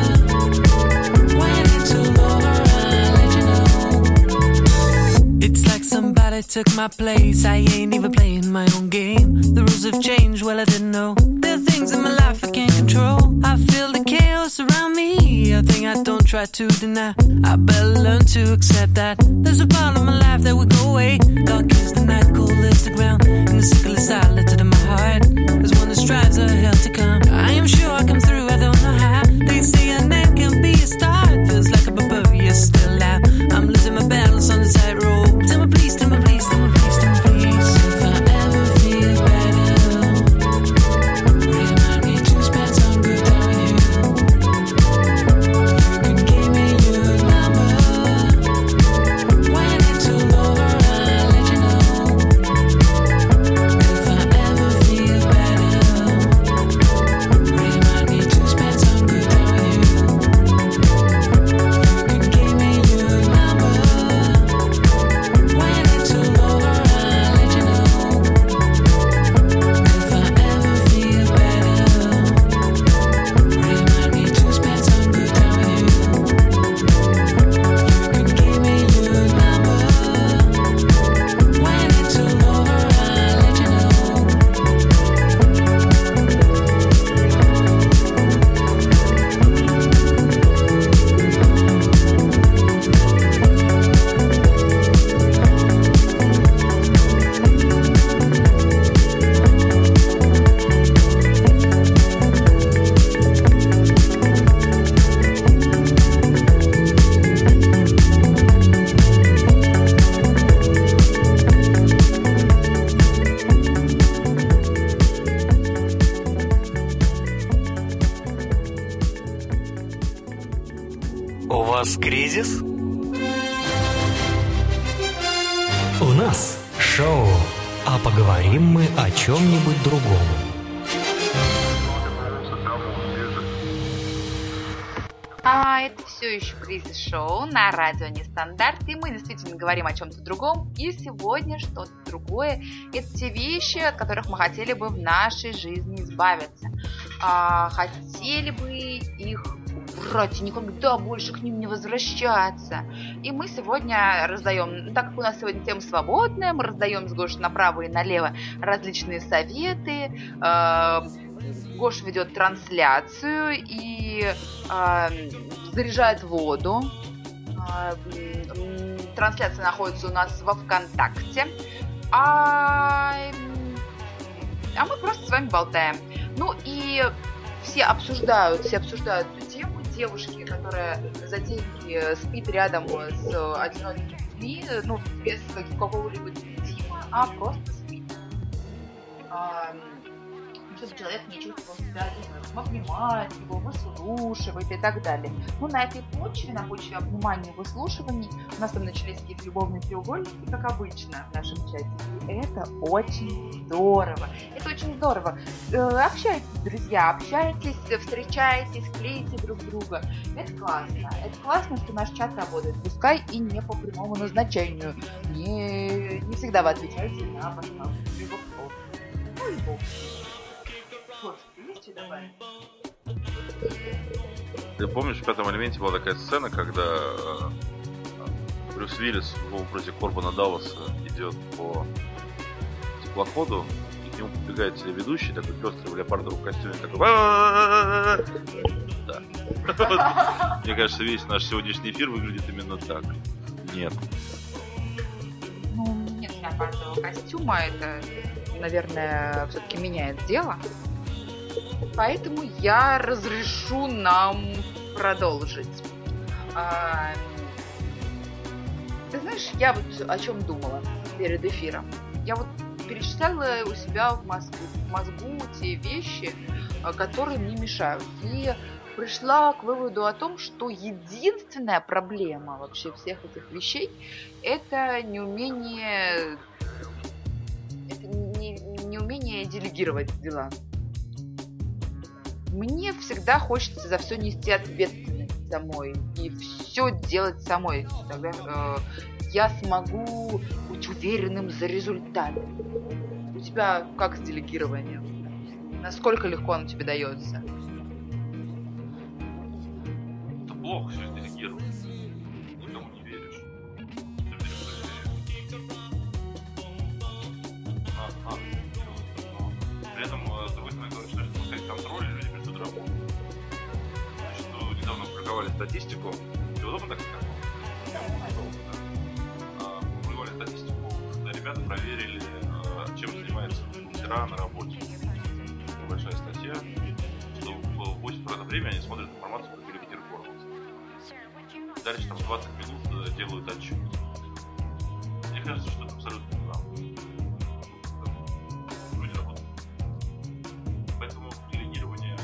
When it's all over, I'll let you know. It's like somebody took my place. I ain't even playing my own game. The rules have changed, well I didn't know. There are things in my life I can't control. I feel the chaos around me, a thing I don't try to deny. I better learn to accept that there's a part of my life that will go away. Dark is the night, cold is the ground, and the sickle is silent in my heart. There's one that strives a hell to come. I am sure I come through, I don't know how. They say an end can be a start. Feels like a barbarian still out. I'm losing my balance on the tightrope. Tell me please, tell me please, tell me please, tell me please. If I ever feel better, remind me to spend some good time with you. You can give me your number. When it's all over, I'll let you know. If I ever feel better, remind me to spend some good time with you. You can give me your number. When it's all over, I'll let you know. If I ever feel better, remind me to spend some good time with you. You can give me your number. When it's all over, I'll let you know. У вас кризис? У нас шоу, а поговорим мы о чем-нибудь другом. А это все еще кризис-шоу на радио Нестандарт, и мы действительно говорим о чем-то другом. И сегодня что-то другое – это те вещи, от которых мы хотели бы в нашей жизни избавиться. А, хотели бы их убрать и никогда больше к ним не возвращаться. И мы сегодня раздаем, так как у нас сегодня тема свободная, мы раздаем с Гошей направо и налево различные советы. Гоша ведет трансляцию и э, заряжает воду. Э, трансляция находится у нас во ВКонтакте. А, а мы просто с вами болтаем. Ну и все обсуждают, все обсуждают эту тему. Девушки, которая за деньги спит рядом с одинокими людьми, ну, без какого-либо интима, а просто спит. а, чтобы человек не чувствовал себя одиноким, обнимает его, выслушивает и так далее. Ну, на этой почве, на почве обнимания и выслушиваний у нас там начались какие-то любовные треугольники, как обычно в нашем чате. И это очень здорово. Это очень здорово. Э, общайтесь, друзья, общайтесь, встречайтесь, клеите друг друга. Это классно. Это классно, что наш чат работает. Пускай и не по прямому назначению. Не, не всегда вы отвечаете на поставленные вопросы. Ну и бог. Есть что добавить? Ты помнишь, в «Пятом элементе» была такая сцена, когда э, Брюс Уиллис в образе Корбана Далласа идет по теплоходу, и к нему подбегает телеведущий, такой пестрый в леопардовом костюме, такой... Да. Мне кажется, весь наш сегодняшний эфир выглядит именно так. Нет. Ну, нет леопардового костюма, это, наверное, все-таки меняет дело. Поэтому я разрешу нам продолжить. А, ты знаешь, я вот о чем думала перед эфиром. Я вот перечисляла у себя в мозгу, в мозгу те вещи, которые мне мешают. И пришла к выводу о том, что единственная проблема вообще всех этих вещей – это неумение, это не, неумение делегировать дела. Мне всегда хочется за все нести ответственность самой и все делать самой. Тогда э, я смогу быть уверенным за результат. У тебя как с делегированием? Насколько легко оно тебе дается? Это плохо все делегировать. Никому не веришь. А, а. При этом, с другой стороны, ты начинаешь запускать контроль, люди придут работать. Значит, что недавно опубликовали статистику. Тебе удобно так сказать? Опубликовали статистику, когда ребята проверили, чем занимается бухгалтера на работе. Большая статья, что в восемь процентов времени они смотрят информацию про переводир корпуса. Дальше там двадцать минут делают отчет. Мне кажется, что это абсолютно неправда. Люди работают. Поэтому делегирование...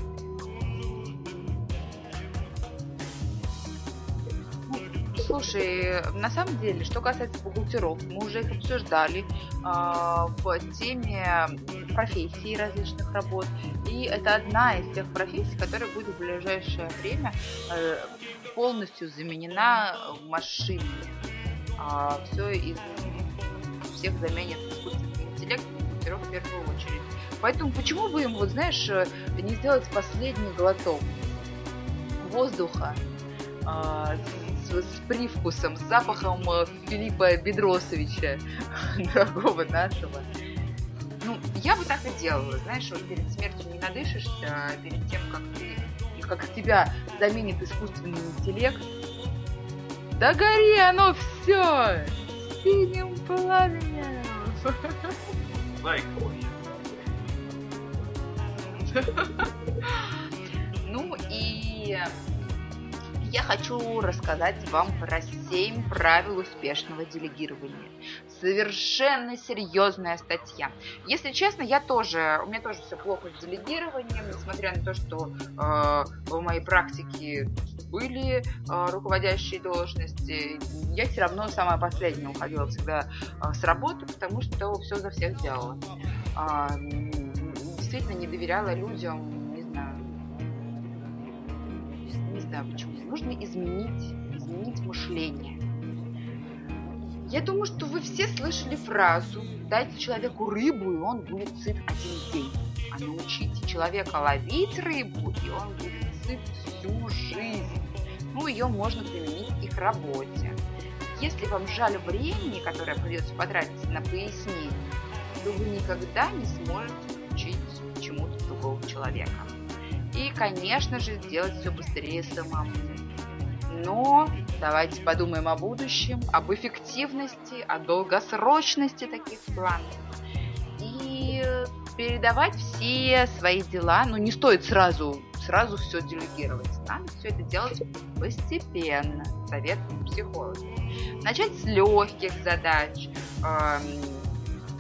Слушай, на самом деле, что касается бухгалтеров, мы уже их обсуждали э, в теме профессий различных работ. И это одна из тех профессий, которая будет в ближайшее время э, полностью заменена машиной. А все из всех заменит искусственный интеллект, бухгалтеров в первую очередь. Поэтому почему бы им, вот знаешь, не сделать последний глоток воздуха э, с привкусом, с запахом Филиппа Бедросовича, дорогого нашего. Ну, я бы так и делала, знаешь, вот перед смертью не надышишься, а перед тем, как ты, как тебя заменит искусственный интеллект, да гори оно все синим пламенем. Дай Ну и я хочу рассказать вам про семь правил успешного делегирования. Совершенно серьезная статья. Если честно, я тоже, у меня тоже все плохо с делегированием, несмотря на то, что э, в моей практике были э, руководящие должности, я все равно самая последняя уходила всегда э, с работы, потому что все за всех делала. Э, действительно не доверяла людям. Не знаю почему. Нужно изменить, изменить мышление. Я думаю, что вы все слышали фразу: дайте человеку рыбу, и он будет сыт один день. А научите человека ловить рыбу, и он будет сыт всю жизнь. Ну, ее можно применить и к работе. Если вам жаль времени, которое придется потратить на пояснение, то вы никогда не сможете научить чему-то другого человека. И, конечно же, сделать все быстрее самому. Но давайте подумаем о будущем, об эффективности, о долгосрочности таких планов. И передавать все свои дела, ну не стоит сразу, сразу все делегировать. Надо все это делать постепенно, совет психолога. Начать с легких задач.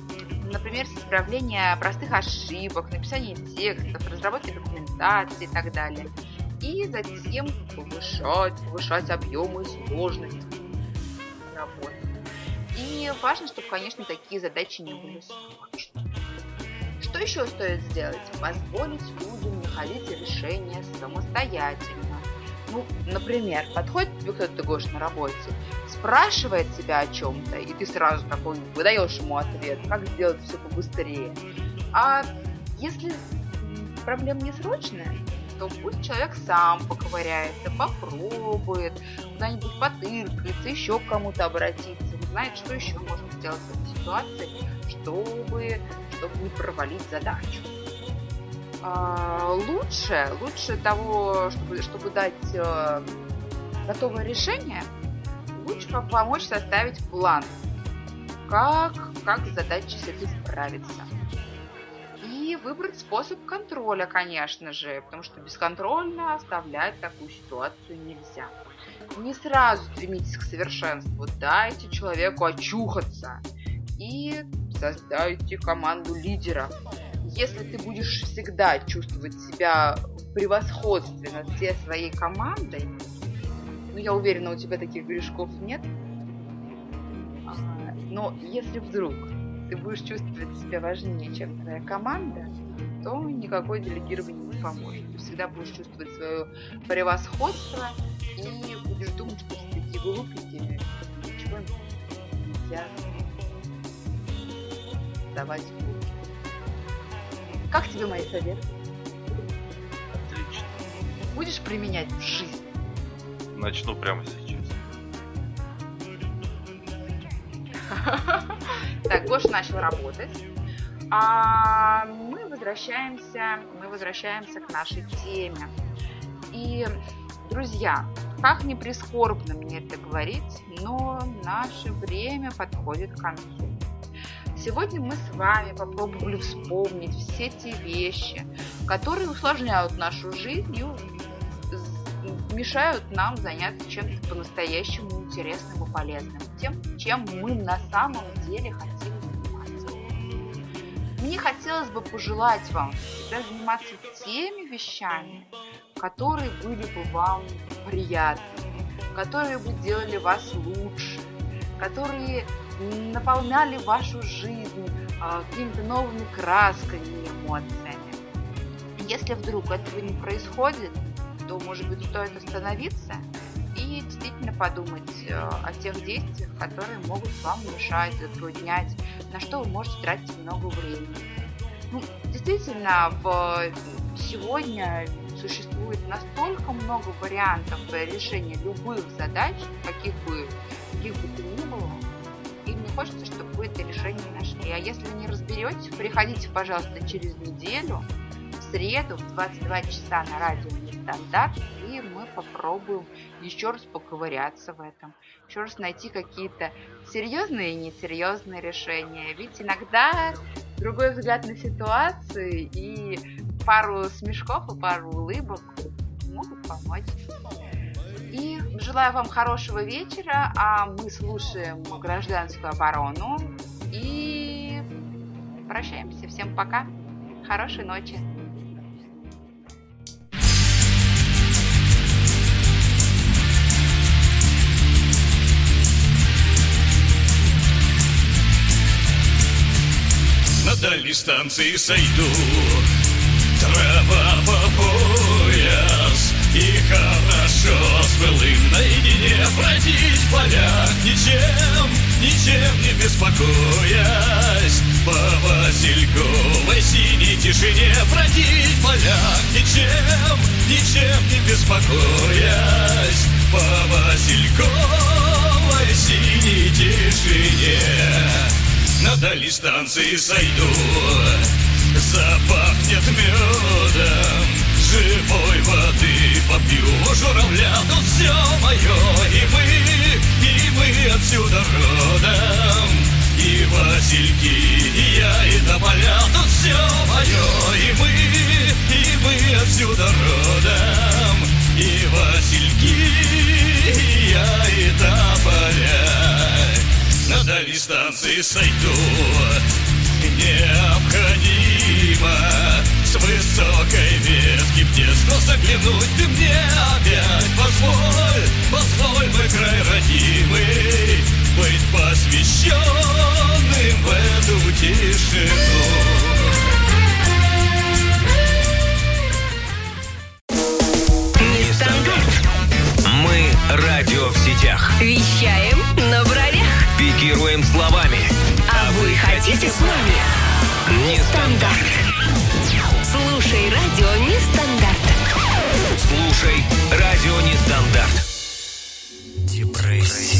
например, с исправления простых ошибок, написания текстов, разработки документации и так далее. И затем повышать, повышать объемы и сложность работы. И важно, чтобы, конечно, такие задачи не были сложными. Что еще стоит сделать? Позволить людям находить решения самостоятельно. Ну, например, подходит тебе кто-то, Гош, на работе, спрашивает тебя о чем-то, и ты сразу такой выдаешь ему ответ, как сделать все побыстрее. А если проблема не срочная, то пусть человек сам поковыряется, попробует, куда-нибудь потыркается, еще к кому-то обратиться, узнает, что еще можно сделать в этой ситуации, чтобы, чтобы не провалить задачу. А, лучше, лучше того, чтобы, чтобы дать э, готовое решение, лучше помочь составить план, как, как с задачей с этой справиться. И выбрать способ контроля, конечно же, потому что бесконтрольно оставлять такую ситуацию нельзя. Не сразу стремитесь к совершенству, дайте человеку очухаться и создайте команду лидеров. Если ты будешь всегда чувствовать себя в превосходстве над всей своей командой, ну, я уверена, у тебя таких грешков нет, но если вдруг ты будешь чувствовать себя важнее, чем твоя команда, то никакое делегирование не поможет. Ты всегда будешь чувствовать свое превосходство и будешь думать, что все такие глупенькие, ничего нельзя давать в руки. Как тебе мои советы? Отлично. Будешь применять в жизни? Начну прямо сейчас. Так, Гоша начал работать. А мы возвращаемся, мы возвращаемся к нашей теме. И, друзья, как ни прискорбно мне это говорить, но наше время подходит к концу. Сегодня мы с вами попробовали вспомнить все те вещи, которые усложняют нашу жизнь и мешают нам заняться чем-то по-настоящему интересным и полезным, тем, чем мы на самом деле хотим заниматься. Мне хотелось бы пожелать вам всегда заниматься теми вещами, которые были бы вам приятны, которые бы делали вас лучше, которые наполняли вашу жизнь а, какими-то новыми красками и эмоциями. Если вдруг этого не происходит, то, может быть, стоит остановиться и действительно подумать э, о тех действиях, которые могут вам мешать, затруднять, на что вы можете тратить много времени. Ну, действительно, в... сегодня существует настолько много вариантов решения любых задач, каких бы, каких бы то ни было, и мне хочется, чтобы вы это решение нашли. А если не разберетесь, приходите, пожалуйста, через неделю, в среду, в двадцать два часа на радио «Нестандарт», и мы попробуем еще раз поковыряться в этом, еще раз найти какие-то серьезные и несерьезные решения. Ведь иногда другой взгляд на ситуацию и пару смешков и пару улыбок могут помочь. И желаю вам хорошего вечера, а мы слушаем «Гражданскую оборону» и прощаемся. Всем пока, хорошей ночи. На дальней станции сойду, трава по пояс, и хорошо с былым наедине бродить в полях, ничем, ничем не беспокоясь. По Васильковой синей тишине бродить в полях, ничем, ничем не беспокоясь. По Васильковой синей тишине на дальней станции сойду, запахнет медом, живой воды попью у журавля. Тут все мое, и мы, и мы отсюда родом, и васильки, и я, и тополя. Тут все мое, и мы, и мы отсюда родом, и васильки, и я, и тополя. На дальней станции сойду, необходимо с высокой ветки в детство заглянуть. Ты мне опять позволь, позволь мой край родимый быть посвященным в эту тишину. Мы радио в сетях. Вещаем на бровях. Пикируем словами. А вы хотите с нами? Нестандарт.